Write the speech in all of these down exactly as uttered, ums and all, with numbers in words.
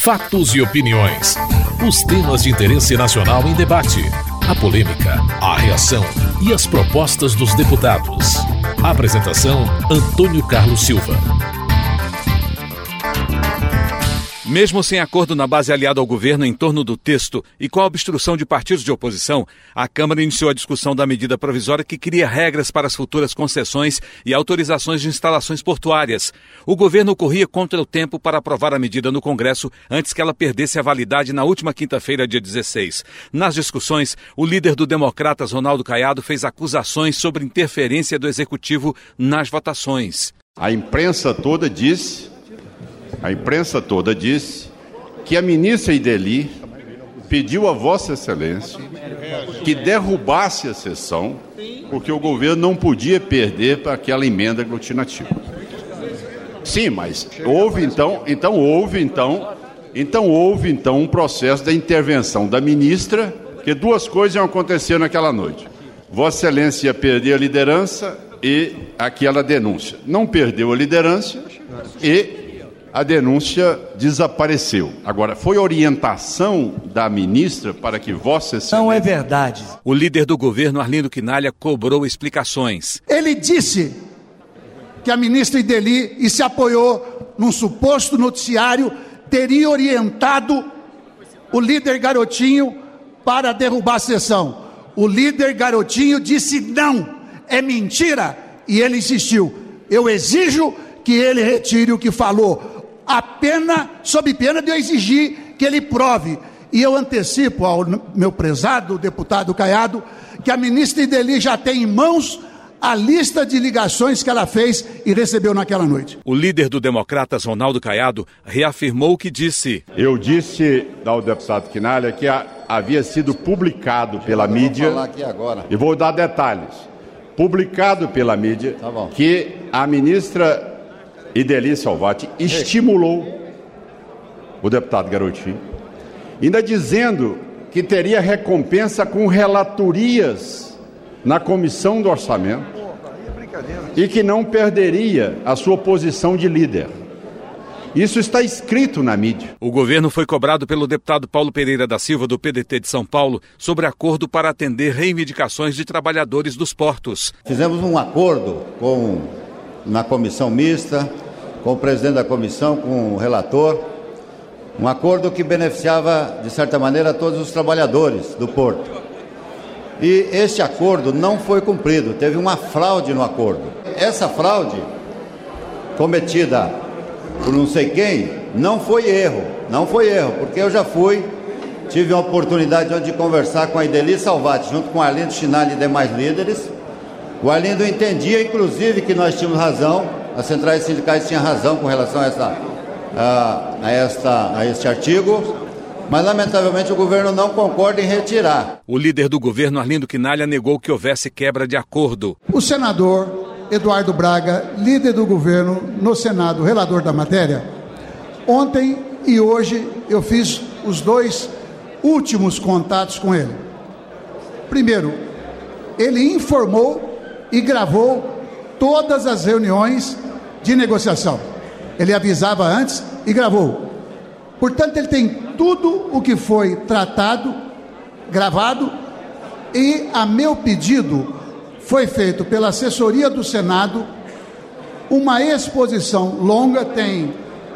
Fatos e opiniões. Os temas de interesse nacional em debate. A polêmica, a reação e as propostas dos deputados. Apresentação: Antônio Carlos Silva. Mesmo sem acordo na base aliada ao governo em torno do texto e com a obstrução de partidos de oposição, a Câmara iniciou a discussão da medida provisória que cria regras para as futuras concessões e autorizações de instalações portuárias. O governo corria contra o tempo para aprovar a medida no Congresso antes que ela perdesse a validade na última quinta-feira, dia dezesseis. Nas discussões, o líder do Democratas, Ronaldo Caiado, fez acusações sobre interferência do Executivo nas votações. A imprensa toda disse... A imprensa toda disse que a ministra Ideli pediu a Vossa Excelência que derrubasse a sessão porque o governo não podia perder para aquela emenda aglutinativa. Sim, mas houve então, então houve então, então houve então um processo da intervenção da ministra, que duas coisas iam acontecer naquela noite. Vossa Excelência ia perder a liderança e aquela denúncia. Não perdeu a liderança e a denúncia desapareceu. Agora, foi orientação da ministra para que Vossa Excelência... Não é verdade. O líder do governo, Arlindo Quinalha, cobrou explicações. Ele disse que a ministra Ideli, e se apoiou num suposto noticiário, teria orientado o líder Garotinho para derrubar a sessão. O líder Garotinho disse não, é mentira, e ele insistiu. Eu exijo que ele retire o que falou. A pena, sob pena de eu exigir que ele prove. E eu antecipo ao meu prezado deputado Caiado que a ministra Ideli já tem em mãos a lista de ligações que ela fez e recebeu naquela noite. O líder do Democratas, Ronaldo Caiado, reafirmou o que disse. Eu disse ao deputado Quinalha que a, havia sido publicado pela mídia, falar aqui agora. E vou dar detalhes, publicado pela mídia, Tá bom. que a ministra Ideli Salvati estimulou o deputado Garotinho, ainda dizendo que teria recompensa com relatorias na comissão do orçamento e que não perderia a sua posição de líder. Isso está escrito na mídia. O governo foi cobrado pelo deputado Paulo Pereira da Silva, do P D T de São Paulo, sobre acordo para atender reivindicações de trabalhadores dos portos. Fizemos um acordo com, na comissão mista, com o presidente da comissão, com o relator, um acordo que beneficiava, de certa maneira, todos os trabalhadores do porto. E este acordo não foi cumprido, teve uma fraude no acordo. Essa fraude, cometida por não sei quem, não foi erro, não foi erro, porque eu já fui, tive a oportunidade de conversar com a Ideli Salvati, junto com o Arlindo Quinalha e demais líderes. O Arlindo entendia, inclusive, que nós tínhamos razão, as centrais sindicais tinham razão com relação a, essa, a, a, esta, a este artigo, mas, lamentavelmente, o governo não concorda em retirar. O líder do governo, Arlindo Quinalha, negou que houvesse quebra de acordo. O senador Eduardo Braga, líder do governo no Senado, relator da matéria, ontem e hoje eu fiz os dois últimos contatos com ele. Primeiro, ele informou e gravou todas as reuniões de negociação. Ele avisava antes e gravou. Portanto, ele tem tudo o que foi tratado, gravado, e a meu pedido foi feito pela assessoria do Senado uma exposição longa, tem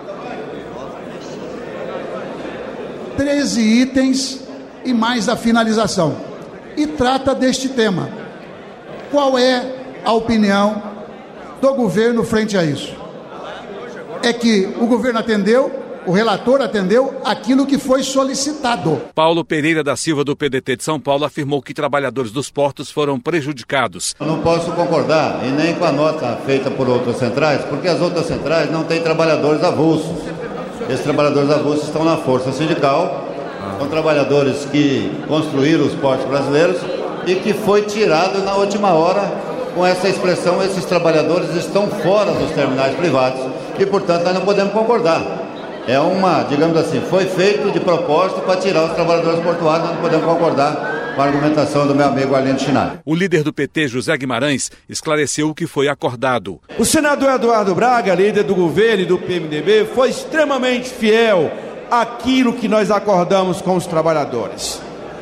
treze itens e mais a finalização, e trata deste tema. Qual é a opinião do governo frente a isso? É que o governo atendeu, o relator atendeu aquilo que foi solicitado. Paulo Pereira da Silva, do P D T de São Paulo, afirmou que trabalhadores dos portos foram prejudicados. Eu não posso concordar, e nem com a nota feita por outras centrais, porque as outras centrais não têm trabalhadores avulsos. Esses trabalhadores avulsos estão na força sindical, são trabalhadores que construíram os portos brasileiros e que foi tirado na última hora. Com essa expressão, esses trabalhadores estão fora dos terminais privados e, portanto, nós não podemos concordar. É uma, digamos assim, foi feito de propósito para tirar os trabalhadores portuários, nós não podemos concordar com a argumentação do meu amigo Arlindo Quinalha. O líder do P T, José Guimarães, esclareceu o que foi acordado. O senador Eduardo Braga, líder do governo e do P M D B, foi extremamente fiel aquilo que nós acordamos com os trabalhadores.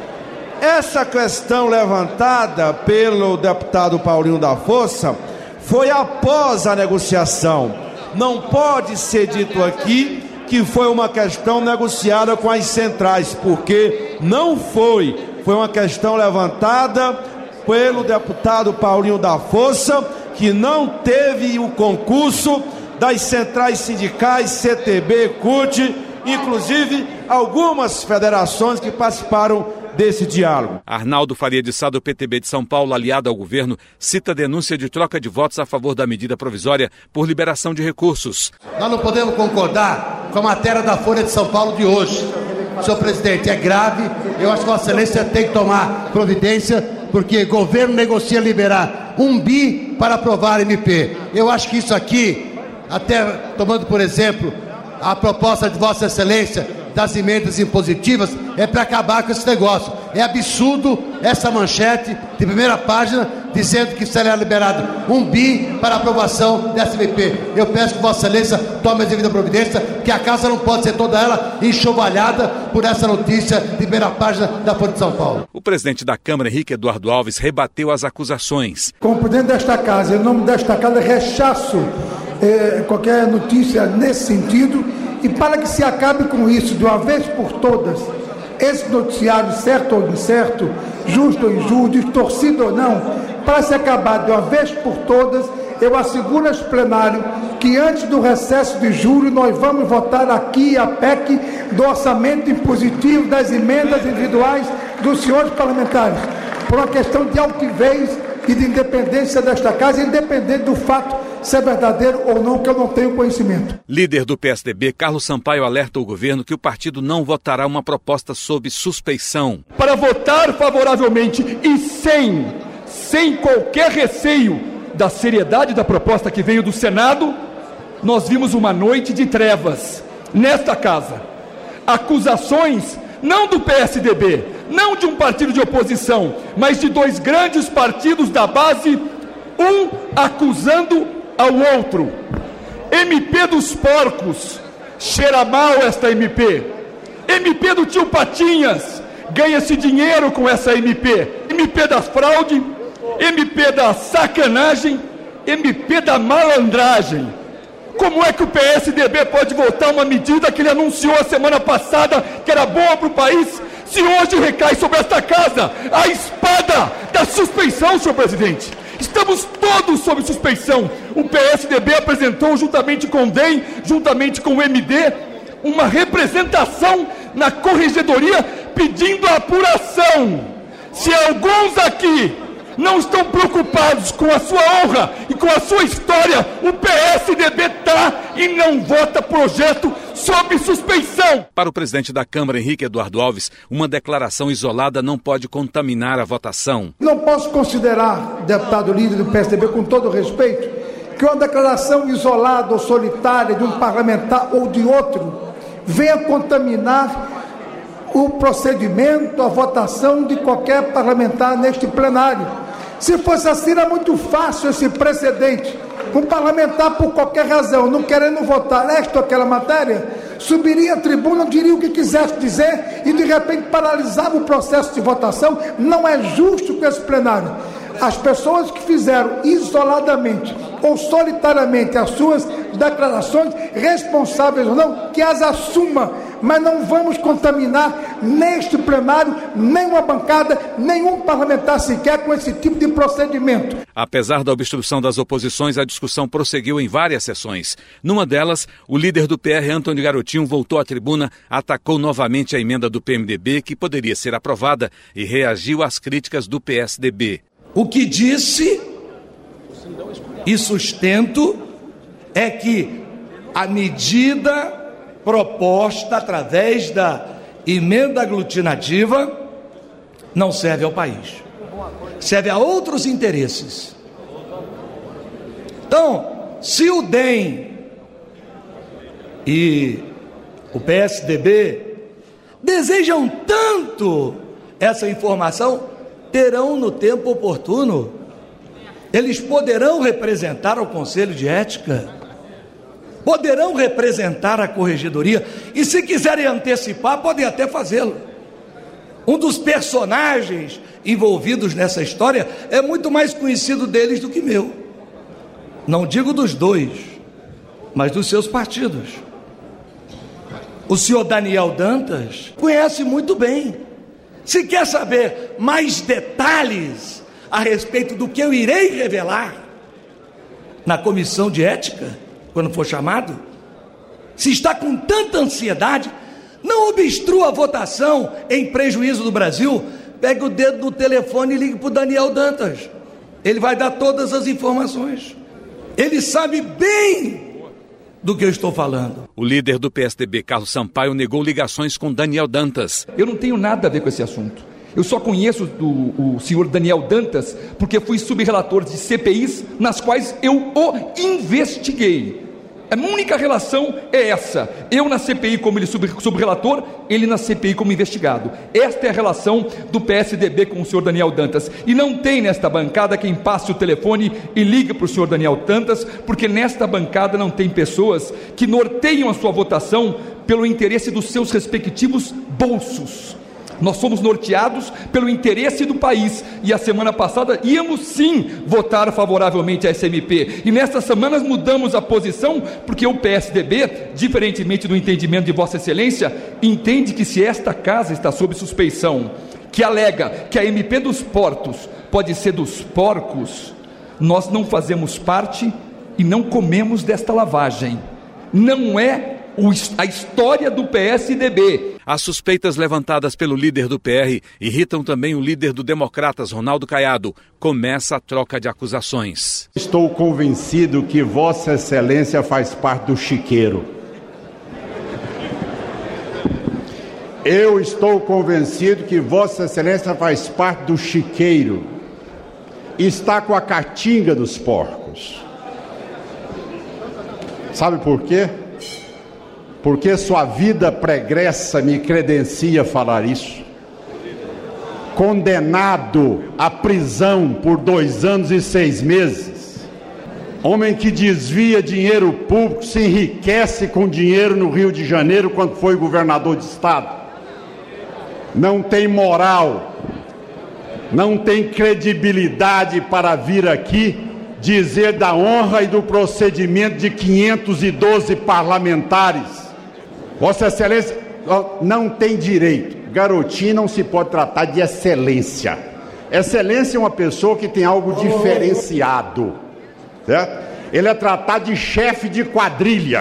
Essa questão levantada pelo deputado Paulinho da Força foi após a negociação. Não pode ser dito aqui que foi uma questão negociada com as centrais, porque não foi. Foi uma questão levantada pelo deputado Paulinho da Força, que não teve o concurso das centrais sindicais, C T B, C U T, inclusive algumas federações que participaram desse diálogo. Arnaldo Faria de Sá, do P T B de São Paulo, aliado ao governo, cita a denúncia de troca de votos a favor da medida provisória por liberação de recursos. Nós não podemos concordar com a matéria da Folha de São Paulo de hoje. Senhor presidente, é grave. Eu acho que Vossa Excelência tem que tomar providência, porque o governo negocia liberar um bi para aprovar a M P. Eu acho que isso aqui, até tomando por exemplo a proposta de Vossa Excelência das emendas impositivas, é para acabar com esse negócio. É absurdo essa manchete de primeira página dizendo que será liberado um bi para aprovação dessa M P. Eu peço que Vossa Excelência tome a devida providência, que a casa não pode ser toda ela enxovalhada por essa notícia de primeira página da Folha de São Paulo. O presidente da Câmara, Henrique Eduardo Alves, rebateu as acusações. Como presidente desta casa, em nome desta casa, rechaço eh, qualquer notícia nesse sentido. E para que se acabe com isso de uma vez por todas, esse noticiário, certo ou incerto, justo ou injusto, distorcido ou não, para se acabar de uma vez por todas, eu asseguro ao plenário que antes do recesso de julho nós vamos votar aqui a P E C do orçamento impositivo das emendas individuais dos senhores parlamentares, por uma questão de altivez e de independência desta casa, independente do fato se é verdadeiro ou não, que eu não tenho conhecimento. Líder do P S D B, Carlos Sampaio, alerta o governo que o partido não votará uma proposta sob suspeição. Para votar favoravelmente e sem, sem qualquer receio da seriedade da proposta que veio do Senado, nós vimos uma noite de trevas nesta casa. Acusações não do P S D B, não de um partido de oposição, mas de dois grandes partidos da base, um acusando ao outro. M P dos porcos, cheira mal esta M P. M P do tio Patinhas, ganha-se dinheiro com essa M P. M P da fraude, M P da sacanagem, M P da malandragem. Como é que o P S D B pode votar uma medida que ele anunciou a semana passada que era boa para o país, se hoje recai sobre esta casa a espada da suspeição, senhor presidente? Estamos todos sob suspeição. O P S D B apresentou, juntamente com o D E M, juntamente com o M D, uma representação na corregedoria pedindo a apuração. Se alguns aqui não estão preocupados com a sua honra e com a sua história, o P S D B está e não vota projeto sob suspeição. Para o presidente da Câmara, Henrique Eduardo Alves, uma declaração isolada não pode contaminar a votação. Não posso considerar, deputado líder do P S D B, com todo respeito, que uma declaração isolada ou solitária de um parlamentar ou de outro venha contaminar o procedimento, a votação de qualquer parlamentar neste plenário. Se fosse assim, era muito fácil esse precedente. Um parlamentar, por qualquer razão, não querendo votar esta ou aquela matéria, subiria à tribuna, diria o que quisesse dizer e, de repente, paralisava o processo de votação. Não é justo com esse plenário. As pessoas que fizeram isoladamente ou solitariamente as suas declarações, responsáveis ou não, que as assuma, mas não vamos contaminar neste plenário nenhuma bancada, nenhum parlamentar sequer com esse tipo de procedimento. Apesar da obstrução das oposições, a discussão prosseguiu em várias sessões. Numa delas, o líder do P R, Antônio Garotinho, voltou à tribuna, atacou novamente a emenda do P M D B, que poderia ser aprovada, e reagiu às críticas do P S D B. O que disse e sustento é que a medida proposta através da emenda aglutinativa não serve ao país, serve a outros interesses. Então, se o D E M e o P S D B desejam tanto essa informação, terão no tempo oportuno. Eles poderão representar ao Conselho de Ética. poderão representar a corregedoria e, se quiserem antecipar, podem até fazê-lo. Um dos personagens envolvidos nessa história é muito mais conhecido deles do que meu. Não digo dos dois, mas dos seus partidos. O senhor Daniel Dantas conhece muito bem. Se quer saber mais detalhes a respeito do que eu irei revelar na comissão de ética, quando for chamado, se está com tanta ansiedade, não obstrua a votação em prejuízo do Brasil. Pegue o dedo no telefone e ligue para o Daniel Dantas. Ele vai dar todas as informações. Ele sabe bem do que eu estou falando. O líder do P S D B, Carlos Sampaio, negou ligações com Daniel Dantas. Eu não tenho nada a ver com esse assunto. Eu só conheço do, o senhor Daniel Dantas porque fui subrelator de C P Is nas quais eu o investiguei. A única relação é essa. Eu na C P I como ele subrelator, ele na C P I como investigado. Esta é a relação do P S D B com o senhor Daniel Dantas. E não tem nesta bancada quem passe o telefone e ligue para o senhor Daniel Dantas, porque nesta bancada não tem pessoas que norteiam a sua votação pelo interesse dos seus respectivos bolsos. Nós somos norteados pelo interesse do país, e a semana passada íamos sim votar favoravelmente a S M P, e nestas semanas mudamos a posição, porque o P S D B, diferentemente do entendimento de Vossa Excelência, entende que se esta casa está sob suspeição, que alega que a M P dos portos pode ser dos porcos, nós não fazemos parte e não comemos desta lavagem. Não é a história do P S D B. As suspeitas levantadas pelo líder do P R irritam também o líder do Democratas, Ronaldo Caiado. Começa a troca de acusações. Estou convencido que Vossa Excelência faz parte do chiqueiro. Eu estou convencido que Vossa Excelência faz parte do chiqueiro. Está com a caatinga dos porcos. Sabe por quê? Porque sua vida pregressa me credencia falar isso. Condenado à prisão por dois anos e seis meses. Homem que desvia dinheiro público, se enriquece com dinheiro no Rio de Janeiro quando foi governador de estado. Não tem moral, não tem credibilidade para vir aqui dizer da honra e do procedimento de quinhentos e doze parlamentares. Vossa Excelência não tem direito. Garotinho não se pode tratar de excelência. Excelência é uma pessoa que tem algo diferenciado, certo? Ele é tratado de chefe de quadrilha.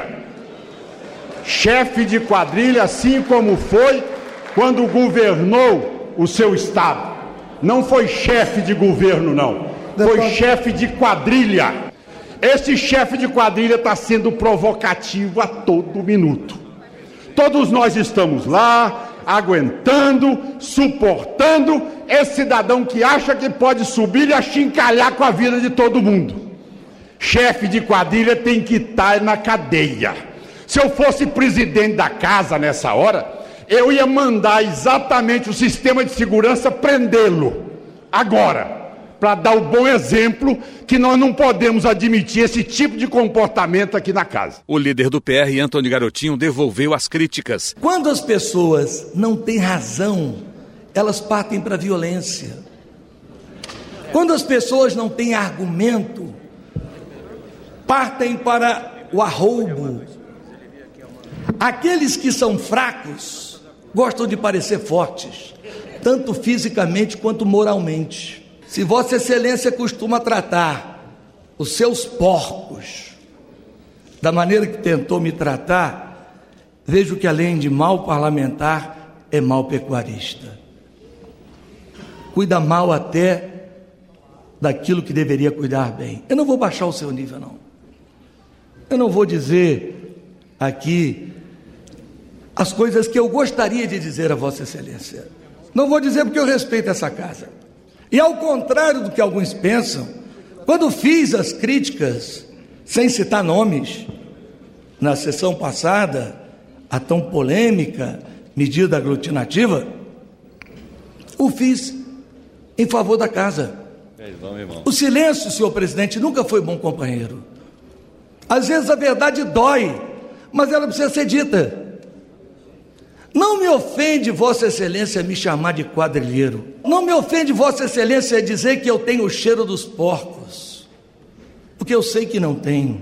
Chefe de quadrilha, assim como foi quando governou o seu estado. Não foi chefe de governo, não. Foi chefe de quadrilha. Esse chefe de quadrilha está sendo provocativo a todo minuto. Todos nós estamos lá, aguentando, suportando esse cidadão que acha que pode subir e achincalhar com a vida de todo mundo. Chefe de quadrilha tem que estar na cadeia. Se eu fosse presidente da casa nessa hora, eu ia mandar exatamente o sistema de segurança prendê-lo agora, para dar o bom exemplo que nós não podemos admitir esse tipo de comportamento aqui na casa. O líder do P R, Antônio Garotinho, devolveu as críticas. Quando as pessoas não têm razão, elas partem para a violência. Quando as pessoas não têm argumento, partem para o arroubo. Aqueles que são fracos gostam de parecer fortes, tanto fisicamente quanto moralmente. Se Vossa Excelência costuma tratar os seus porcos da maneira que tentou me tratar, vejo que além de mal parlamentar, é mal pecuarista. Cuida mal até daquilo que deveria cuidar bem. Eu não vou baixar o seu nível, não. Eu não vou dizer aqui as coisas que eu gostaria de dizer a Vossa Excelência. Não vou dizer porque eu respeito essa casa. E ao contrário do que alguns pensam, quando fiz as críticas, sem citar nomes, na sessão passada, a tão polêmica medida aglutinativa, o fiz em favor da casa. O silêncio, senhor presidente, nunca foi bom companheiro. Às vezes a verdade dói, mas ela precisa ser dita. Não me ofende Vossa Excelência me chamar de quadrilheiro. Não me ofende Vossa Excelência dizer que eu tenho o cheiro dos porcos, porque eu sei que não tenho.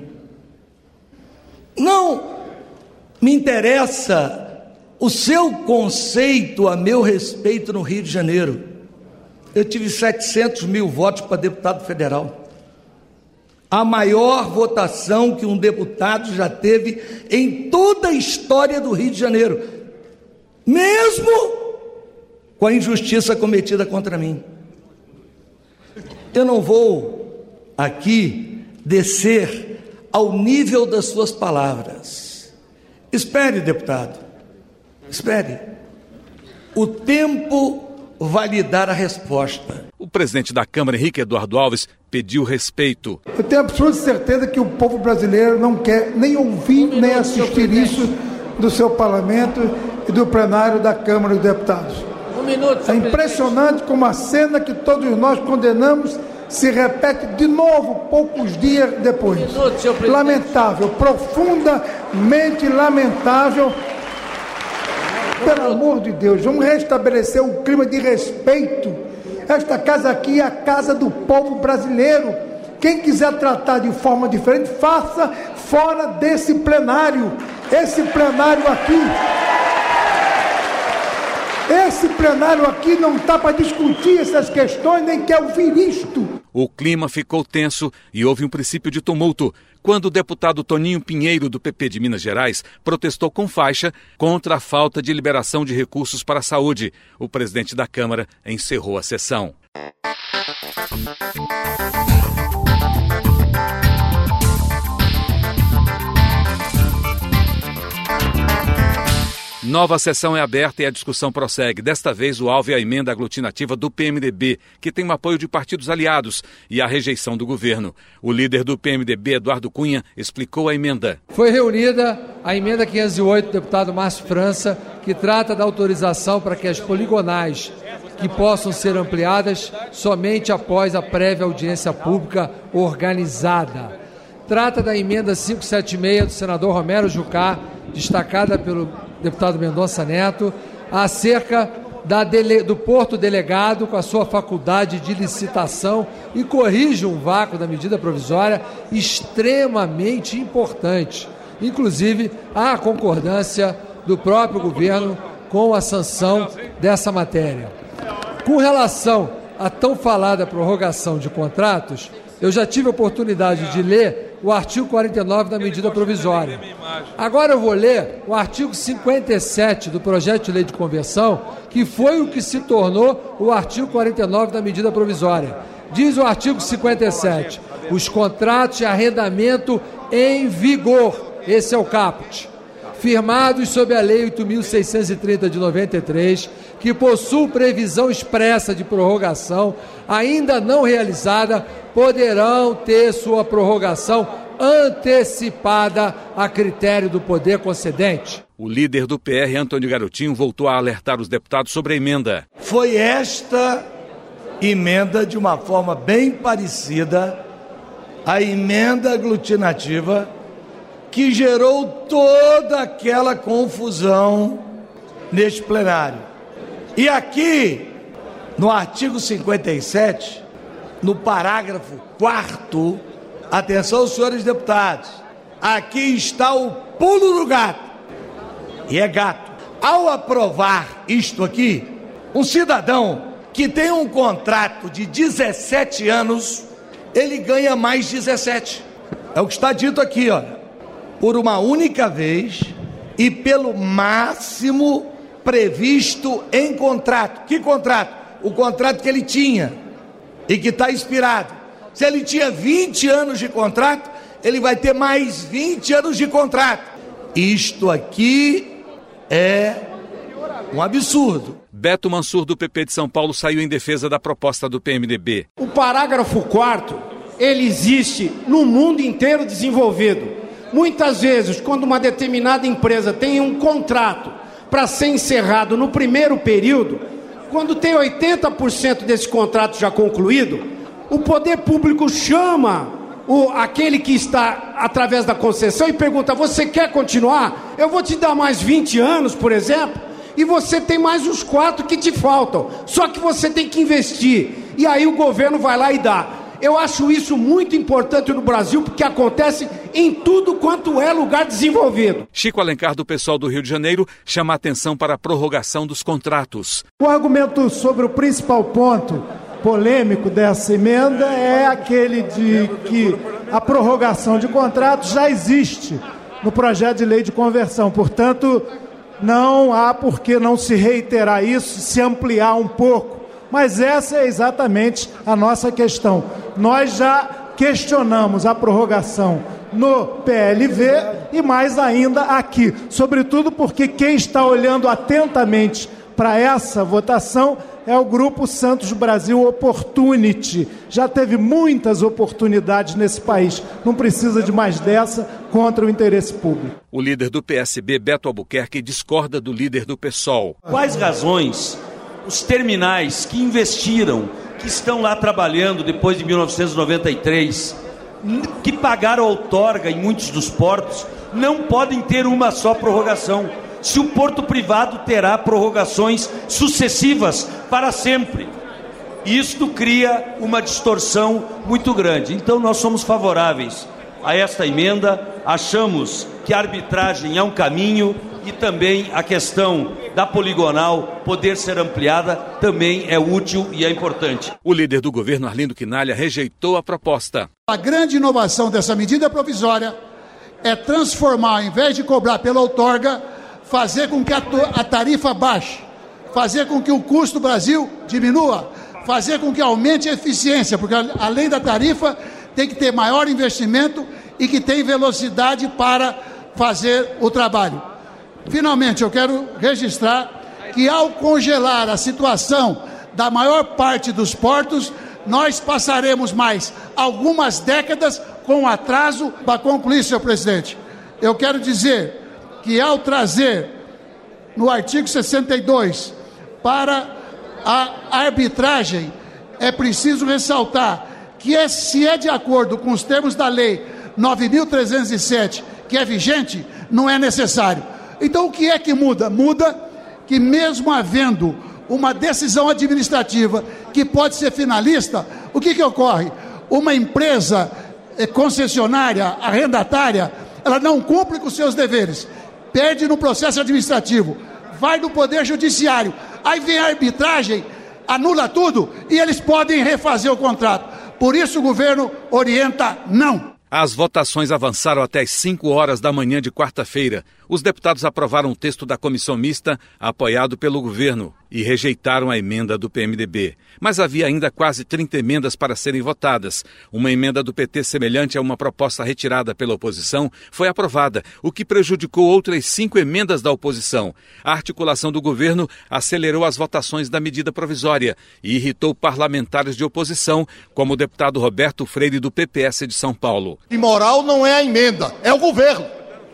Não me interessa o seu conceito a meu respeito no Rio de Janeiro. Eu tive setecentos mil votos para deputado federal. A maior votação que um deputado já teve em toda a história do Rio de Janeiro, mesmo com a injustiça cometida contra mim. Eu não vou aqui descer ao nível das suas palavras. Espere, deputado, espere. O tempo vai lhe dar a resposta. O presidente da Câmara, Henrique Eduardo Alves, pediu respeito. Eu tenho absoluta certeza que o povo brasileiro não quer nem ouvir, nem assistir isso do seu parlamento e do plenário da Câmara dos Deputados. Um minuto, é impressionante como a cena que todos nós condenamos se repete de novo poucos dias depois. Um minuto, senhor presidente. Lamentável, profundamente lamentável. Pelo amor de Deus, vamos restabelecer um clima de respeito. Esta casa aqui é a casa do povo brasileiro. Quem quiser tratar de forma diferente, faça fora desse plenário. Esse plenário aqui, esse plenário aqui não está para discutir essas questões, nem quer ouvir isto. O clima ficou tenso e houve um princípio de tumulto quando o deputado Toninho Pinheiro, do P P de Minas Gerais, protestou com faixa contra a falta de liberação de recursos para a saúde. O presidente da Câmara encerrou a sessão. Nova sessão é aberta e a discussão prossegue. Desta vez, o alvo é a emenda aglutinativa do P M D B, que tem o apoio de partidos aliados, e a rejeição do governo. O líder do P M D B, Eduardo Cunha, explicou a emenda. Foi reunida a emenda quinhentos e oito do deputado Márcio França, que trata da autorização para que as poligonais que possam ser ampliadas somente após a prévia audiência pública organizada. Trata da emenda quinhentos e setenta e seis do senador Romero Jucá, destacada pelo deputado Mendonça Neto, acerca da dele, do Porto Delegado com a sua faculdade de licitação e corrige um vácuo da medida provisória extremamente importante. Inclusive, há a concordância do próprio governo com a sanção dessa matéria. Com relação à tão falada prorrogação de contratos, eu já tive a oportunidade de ler o artigo quarenta e nove da medida provisória. Agora eu vou ler o artigo cinquenta e sete do projeto de lei de conversão, que foi o que se tornou o artigo quarenta e nove da medida provisória. Diz o artigo cinquenta e sete, os contratos de arrendamento em vigor, esse é o caput, firmados sob a lei oito mil seiscentos e trinta de noventa e três, que possui previsão expressa de prorrogação ainda não realizada, poderão ter sua prorrogação antecipada a critério do poder concedente. O líder do P R, Antônio Garotinho, voltou a alertar os deputados sobre a emenda. Foi esta emenda, de uma forma bem parecida, a emenda aglutinativa que gerou toda aquela confusão neste plenário. E aqui, no artigo cinquenta e sete, no parágrafo quarto, atenção, senhores deputados, aqui está o pulo do gato, e é gato. Ao aprovar isto aqui, um cidadão que tem um contrato de dezessete anos, ele ganha mais dezessete. É o que está dito aqui, olha. Por uma única vez e pelo máximo previsto em contrato. Que contrato? O contrato que ele tinha e que está expirado. Se ele tinha vinte anos de contrato, ele vai ter mais vinte anos de contrato. Isto aqui é um absurdo. Beto Mansur, do P P de São Paulo, saiu em defesa da proposta do P M D B. O parágrafo quarto, ele existe no mundo inteiro desenvolvido. Muitas vezes, quando uma determinada empresa tem um contrato para ser encerrado no primeiro período, quando tem oitenta por cento desse contrato já concluído, o poder público chama o, aquele que está através da concessão e pergunta: você quer continuar? Eu vou te dar mais vinte anos, por exemplo, e você tem mais os quatro que te faltam. Só que você tem que investir. E aí o governo vai lá e dá. Eu acho isso muito importante no Brasil, porque acontece em tudo quanto é lugar desenvolvido. Chico Alencar, do PSOL do Rio de Janeiro, chama a atenção para a prorrogação dos contratos. O argumento sobre o principal ponto polêmico dessa emenda é aquele de que a prorrogação de contratos já existe no projeto de lei de conversão. Portanto, não há por que não se reiterar isso, se ampliar um pouco. Mas essa é exatamente a nossa questão. Nós já questionamos a prorrogação no P L V e mais ainda aqui. Sobretudo porque quem está olhando atentamente para essa votação é o Grupo Santos Brasil Opportunity. Já teve muitas oportunidades nesse país. Não precisa de mais dessa contra o interesse público. O líder do P S B, Beto Albuquerque, discorda do líder do PSOL. Quais razões os terminais que investiram, que estão lá trabalhando depois de mil novecentos e noventa e três, que pagaram outorga em muitos dos portos, não podem ter uma só prorrogação? Se o porto privado terá prorrogações sucessivas para sempre. Isto cria uma distorção muito grande. Então nós somos favoráveis a esta emenda, achamos que a arbitragem é um caminho e também a questão da poligonal poder ser ampliada também é útil e é importante. O líder do governo, Arlindo Quinalha, rejeitou a proposta. A grande inovação dessa medida provisória é transformar, ao invés de cobrar pela outorga, fazer com que a tarifa baixe, fazer com que o custo do Brasil diminua, fazer com que aumente a eficiência, porque além da tarifa tem que ter maior investimento e que tem velocidade para fazer o trabalho. Finalmente, eu quero registrar que ao congelar a situação da maior parte dos portos, nós passaremos mais algumas décadas com atraso para concluir, senhor presidente. Eu quero dizer que ao trazer no artigo sessenta e dois para a arbitragem, é preciso ressaltar que é, se é de acordo com os termos da lei nove mil trezentos e sete, que é vigente, não é necessário. Então o que é que muda? Muda que mesmo havendo uma decisão administrativa que pode ser finalista, o que que ocorre? Uma empresa concessionária, arrendatária, ela não cumpre com seus deveres, perde no processo administrativo, vai no Poder Judiciário, aí vem a arbitragem, anula tudo e eles podem refazer o contrato. Por isso o governo orienta não. As votações avançaram até as cinco horas da manhã de quarta-feira. Os deputados aprovaram o texto da comissão mista, apoiado pelo governo, e rejeitaram a emenda do P M D B. Mas havia ainda quase trinta emendas para serem votadas. Uma emenda do P T semelhante a uma proposta retirada pela oposição foi aprovada, o que prejudicou outras cinco emendas da oposição. A articulação do governo acelerou as votações da medida provisória e irritou parlamentares de oposição, como o deputado Roberto Freire, do P P S de São Paulo. Imoral não é a emenda, é o governo.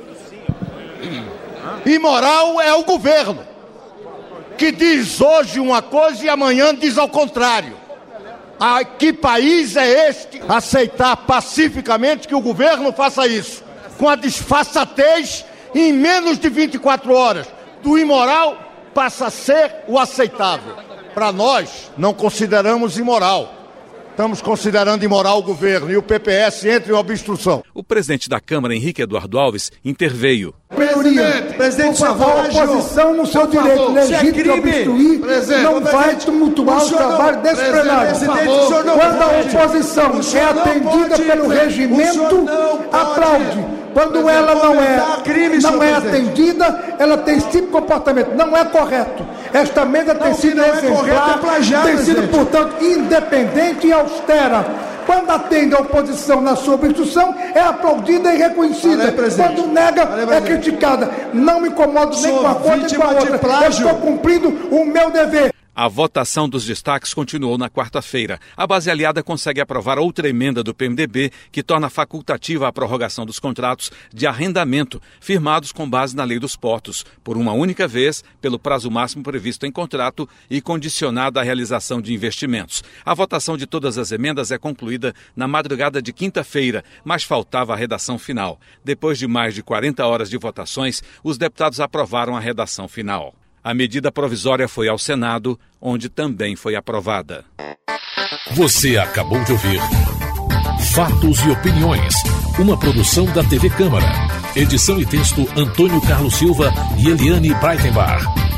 Imoral é o governo, que diz hoje uma coisa e amanhã diz ao contrário. Ah, que país é este? Aceitar pacificamente que o governo faça isso, com a disfarçatez, em menos de vinte e quatro horas. Do imoral passa a ser o aceitável. Para nós, não consideramos imoral. Estamos considerando imoral o governo e o P P S entra em obstrução. O presidente da Câmara, Henrique Eduardo Alves, interveio. Presidente, presidente, por favor, a oposição no seu direito legítimo de obstruir não vai tumultuar o trabalho desse plenário. Quando a oposição é atendida pelo regimento, aplaude. Quando ela não é, não é atendida, ela tem esse tipo de comportamento. Não é correto. Esta emenda tem sido exemplar, tem sido, portanto, independente e austera. Quando atende a oposição na sua obstrução, é aplaudida e reconhecida. Quando nega, é criticada. Não me incomodo nem com a coisa nem com a outra. Eu estou cumprindo o meu dever. A votação dos destaques continuou na quarta-feira. A base aliada consegue aprovar outra emenda do P M D B que torna facultativa a prorrogação dos contratos de arrendamento firmados com base na Lei dos Portos, por uma única vez, pelo prazo máximo previsto em contrato e condicionada à realização de investimentos. A votação de todas as emendas é concluída na madrugada de quinta-feira, mas faltava a redação final. Depois de mais de quarenta horas de votações, os deputados aprovaram a redação final. A medida provisória foi ao Senado, onde também foi aprovada. Você acabou de ouvir Fatos e Opiniões, uma produção da T V Câmara. Edição e texto Antônio Carlos Silva e Eliane Breitenbach.